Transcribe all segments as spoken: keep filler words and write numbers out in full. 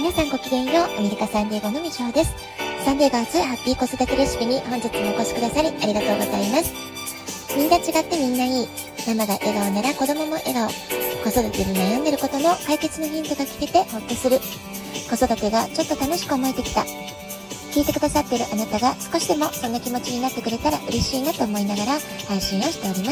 皆さんごきげんよう。アメリカサンディエゴのみちほです。サンディエガーズハッピー子育てレシピに本日もお越しくださりありがとうございます。みんな違ってみんないい。ママが笑顔なら子供も笑顔。子育てに悩んでることの解決のヒントが聞けてほっとする。子育てがちょっと楽しく思えてきた。聞いてくださっているあなたが少しでもそんな気持ちになってくれたら嬉しいなと思いながら配信をしております。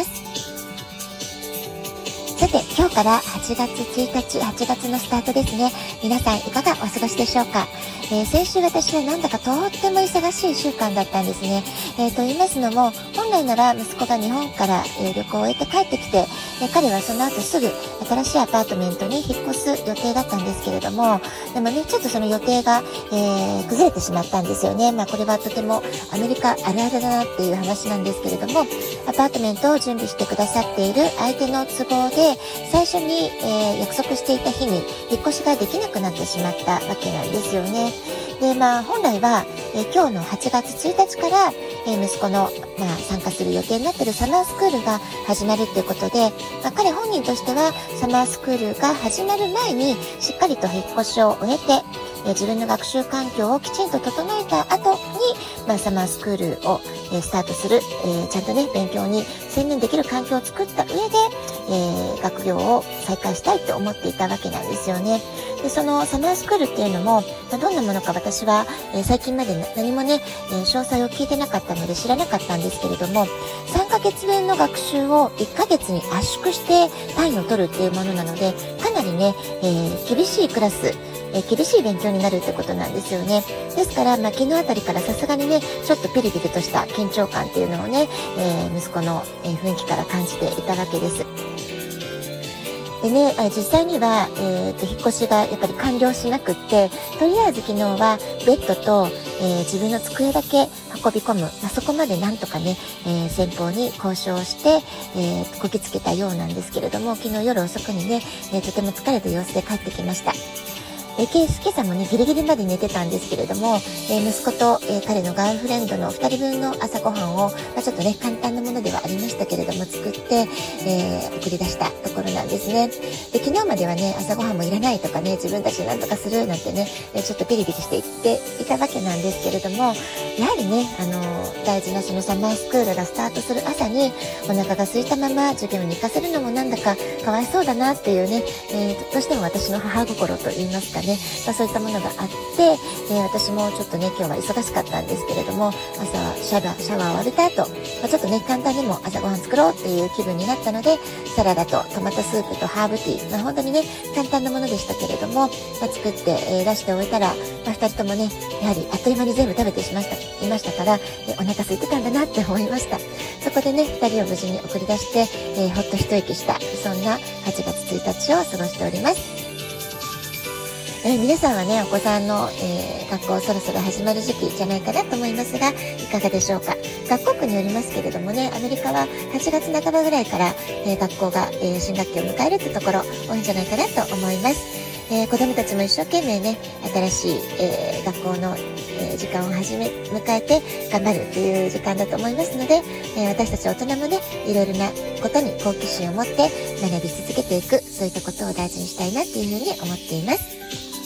さて、今日からはちがつついたち、はちがつのスタートですね。皆さんいかがお過ごしでしょうか。えー、先週私はなんだかとっても忙しいいっしゅうかんだったんですね。えー、と言いますのも、本来なら息子が日本から、えー、旅行を終えて帰ってきて、えー、彼はその後すぐ新しいアパートメントに引っ越す予定だったんですけれども、でもね、ちょっとその予定が、えー、崩れてしまったんですよね。まあこれはとてもアメリカあるあるだなっていう話なんですけれども、アパートメントを準備してくださっている相手の都合で、最初に、えー、約束していた日に引っ越しができなくなってしまったわけなんですよね。で、まあ本来は、えー、今日のはちがつついたちから、えー、息子の、まあ、参加する予定になっているサマースクールが始まるということで、まあ、彼本人としてはサマースクールが始まる前にしっかりと引っ越しを終えて、えー、自分の学習環境をきちんと整えた後に、まあ、サマースクールを、えー、スタートする、えー、ちゃんとね勉強に専念できる環境を作った上で、えー、学業を再開したいと思っていたわけなんですよね。で、そのサマースクールっていうのも、まあ、どんなものか私は、えー、最近まで何もね、えー、詳細を聞いてなかったので知らなかったんですけれども、さんかげつぶんの学習をいっかげつに圧縮して単位を取るっていうものなので、かなりね、えー、厳しいクラス、えー、厳しい勉強になるってことなんですよね。ですから、まあ、昨日あたりからさすがにね、ちょっとピリピリとした緊張感っていうのをね、えー、息子の、えー、雰囲気から感じていたわけです。でね、実際には、えー、と引っ越しがやっぱり完了しなくって、とりあえず昨日はベッドと、えー、自分の机だけ運び込む、まあ、そこまでなんとかね、えー、先方に交渉して、えー、こぎつけたようなんですけれども、昨日夜遅くにね、えー、とても疲れた様子で帰ってきました。えー、今朝もねギリギリまで寝てたんですけれども、えー、息子と、えー、彼のガールフレンドのふたりぶんの朝ごはんを、まあ、ちょっとね簡単なものではありましたけれども作って、えー、送り出したところなんですね。で、昨日まではね朝ごはんもいらないとかね、自分たちで何とかするなんてね、えー、ちょっとピリピリして言っていたわけなんですけれども、やはりね、あのー、大事なそのサマースクールがスタートする朝にお腹が空いたまま授業に行かせるのもなんだかかわいそうだなっていうね、えー、どうしても私の母心と言いますかね、まあ、そういったものがあって、えー、私もちょっとね今日は忙しかったんですけれども、朝はシャワーシャワーを浴びた後、まあ、ちょっとね簡単にも朝ごはん作ろうっていう気分になったので、サラダとトマトスープとハーブティー、まあ、本当にね簡単なものでしたけれども、まあ、作って、えー、出して終えたら、まあ、ふたりともねやはりあっという間に全部食べてしましたいましたから、えー、お腹空いてたんだなって思いました。そこでねふたりを無事に送り出して、えー、ほっと一息した、そんなはちがつついたちを過ごしております。えー、皆さんはねお子さんの、えー、学校そろそろ始まる時期じゃないかなと思いますが、いかがでしょうか。学校区によりますけれどもね、アメリカははちがつなかばぐらいから、えー、学校が、えー、新学期を迎えるってところ多いんじゃないかなと思います。えー、子どもたちも一生懸命ね新しい、えー、学校の、えー、時間を始め迎えて頑張るっていう時間だと思いますので、えー、私たち大人もねいろいろなことに好奇心を持って学び続けていく、そういったことを大事にしたいなっていうふうに思っています。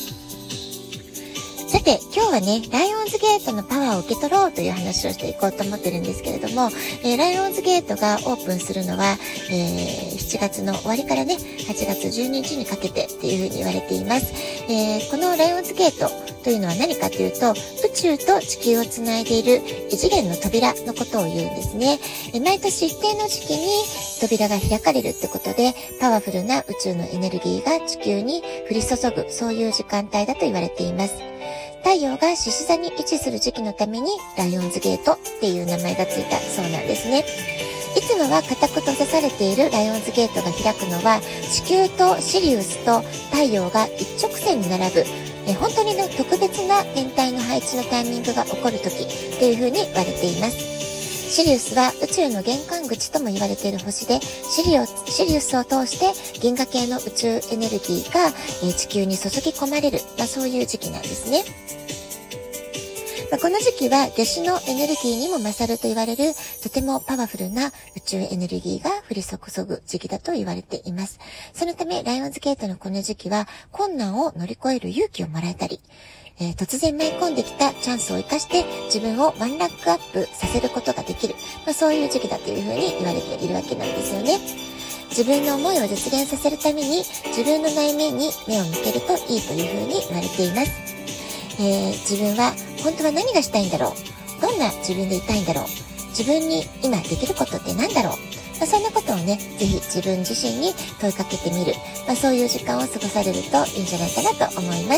さて、今日はね、ライオンズゲートのパワーを受け取ろうという話をしていこうと思ってるんですけれども、えー、ライオンズゲートがオープンするのは、えー、しちがつの終わりからね、はちがつじゅうににちにかけてっていうふうに言われています。えー、このライオンズゲートというのは何かというと、宇宙と地球をつないでいる異次元の扉のことを言うんですね。え毎年一定の時期に扉が開かれるってことで、パワフルな宇宙のエネルギーが地球に降り注ぐ、そういう時間帯だと言われています。太陽が獅子座に位置する時期のためにライオンズゲートっていう名前がついたそうなんですね。いつもは固く閉ざされているライオンズゲートが開くのは、地球とシリウスと太陽が一直線に並ぶ、え本当にの特別な天体の配置のタイミングが起こる時というふうに言われています。シリウスは宇宙の玄関口とも言われている星で、シリオシリウスを通して銀河系の宇宙エネルギーが、えー、地球に注ぎ込まれる、まあ、そういう時期なんですね。 まあ、この時期は夏至のエネルギーにも勝ると言われるとてもパワフルな宇宙エネルギーが降り注ぐ時期だと言われています。そのためライオンズゲートのこの時期は困難を乗り越える勇気をもらえたり、えー、突然舞い込んできたチャンスを生かして自分をワンランクアップさせることができる、まあ、そういう時期だというふうに言われているわけなんですよね。自分の思いを実現させるために自分の内面に目を向けるといいというふうに言われています。えー、自分は本当は何がしたいんだろう、どんな自分でいたいんだろう、自分に今できることって何だろう、まあ、そんなことをね、ぜひ自分自身に問いかけてみる、まあ、そういう時間を過ごされるといいんじゃないかなと思います。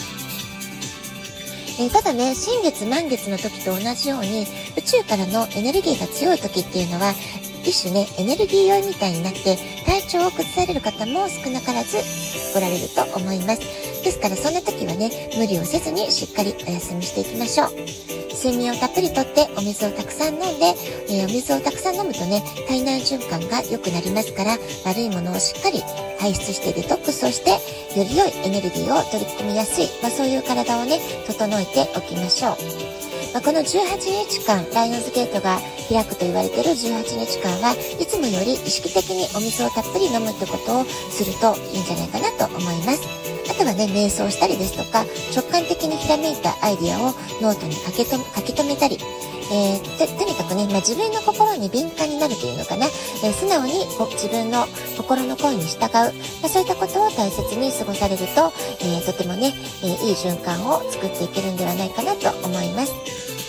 えー、ただね、新月満月の時と同じように宇宙からのエネルギーが強い時っていうのは一種ね、エネルギー酔いみたいになって体調を崩される方も少なからずおられると思います。ですからそんな時はね、無理をせずにしっかりお休みしていきましょう。睡眠をたっぷりとってお水をたくさん飲んで、えー、お水をたくさん飲むとね、体内循環が良くなりますから、悪いものをしっかり排出してデトックスをして、より良いエネルギーを取り込みやすい、まあ、そういう体をね、整えておきましょう。まあ、このじゅうはちにちかん、ライオンズゲートが開くと言われているじゅうはちにちかんはいつもより意識的にお水をたっぷり飲むってことをするといいんじゃないかなと思います。あとはね、瞑想したりですとか、直感的にひらめいたアイディアをノートに書きと書き留めたり、えー、と, とにかくね、まあ、自分の心に敏感になるというのかな、えー、素直にこ自分の心の声に従う、まあ、そういったことを大切に過ごされると、えー、とてもね、えー、いい循環を作っていけるんではないかなと思います。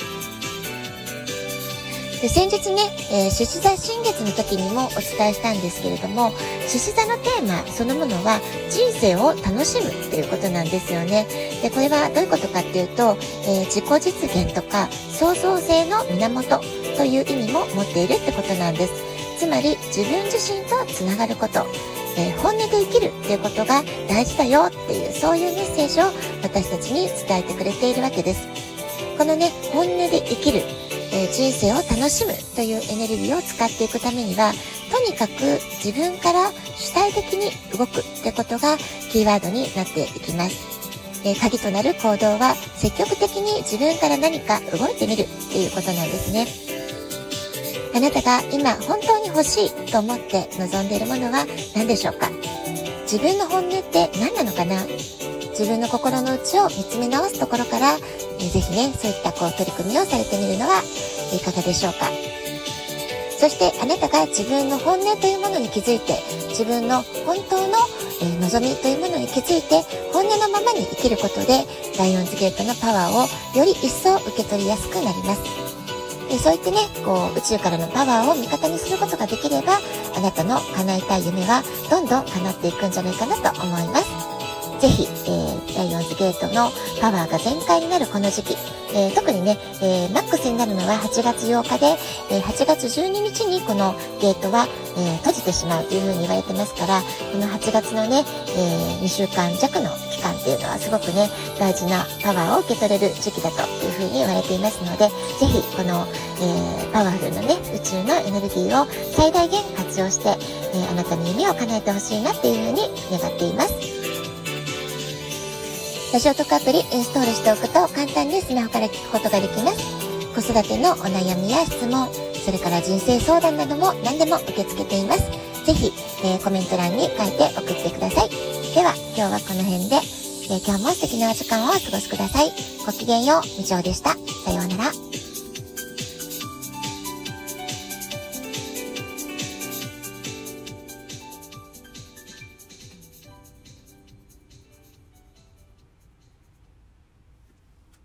で先日ね、えー、獅子座新月の時にもお伝えしたんですけれども、獅子座のテーマそのものは人生を楽しむっていうことなんですよね。でこれはどういうことかっていうと、えー、自己実現とか創造性の源という意味も持っているってことなんです。つまり自分自身とつながること、えー、本音で生きるっていうことが大事だよっていう、そういうメッセージを私たちに伝えてくれているわけです。このね、本音で生きる、えー、人生を楽しむというエネルギーを使っていくためには、とにかく自分から主体的に動くってことがキーワードになっていきます。えー、鍵となる行動は積極的に自分から何か動いてみるっていうことなんですね。あなたが今本当に欲しいと思って望んでいるものは何でしょうか。自分の本音って何なのかな。自分の心の内を見つめ直すところから、えー、ぜひね、そういったこう取り組みをされてみるのはいかがでしょうか。そしてあなたが自分の本音というものに気づいて、自分の本当の、えー、望みというものに気づいて、本音のままに生きることでライオンズゲートのパワーをより一層受け取りやすくなります。でそう言ってね、こう宇宙からのパワーを味方にすることができれば、あなたの叶えたい夢はどんどん叶っていくんじゃないかなと思います。ぜひ、えー、ライオンズゲートのパワーが全開になるこの時期、えー、特にね、えー、マックスになるのははちがつようかで、えー、はちがつじゅうににちにこのゲートは、えー、閉じてしまうというふうに言われてますから、このはちがつのね、えー、にしゅうかんじゃくの期間っていうのはすごくね、大事なパワーを受け取れる時期だというふうに言われていますので、ぜひこの、えー、パワフルなね、宇宙のエネルギーを最大限活用して、えー、あなたの夢を叶えてほしいなっていうふうに願っています。ラジオトークアプリインストールしておくと簡単にスマホから聞くことができます。子育てのお悩みや質問、それから人生相談なども何でも受け付けています。ぜひ、えー、コメント欄に書いて送ってください。では今日はこの辺で、えー、今日も素敵なお時間をお過ごしください。ごきげんよう、みちおでした。さようなら。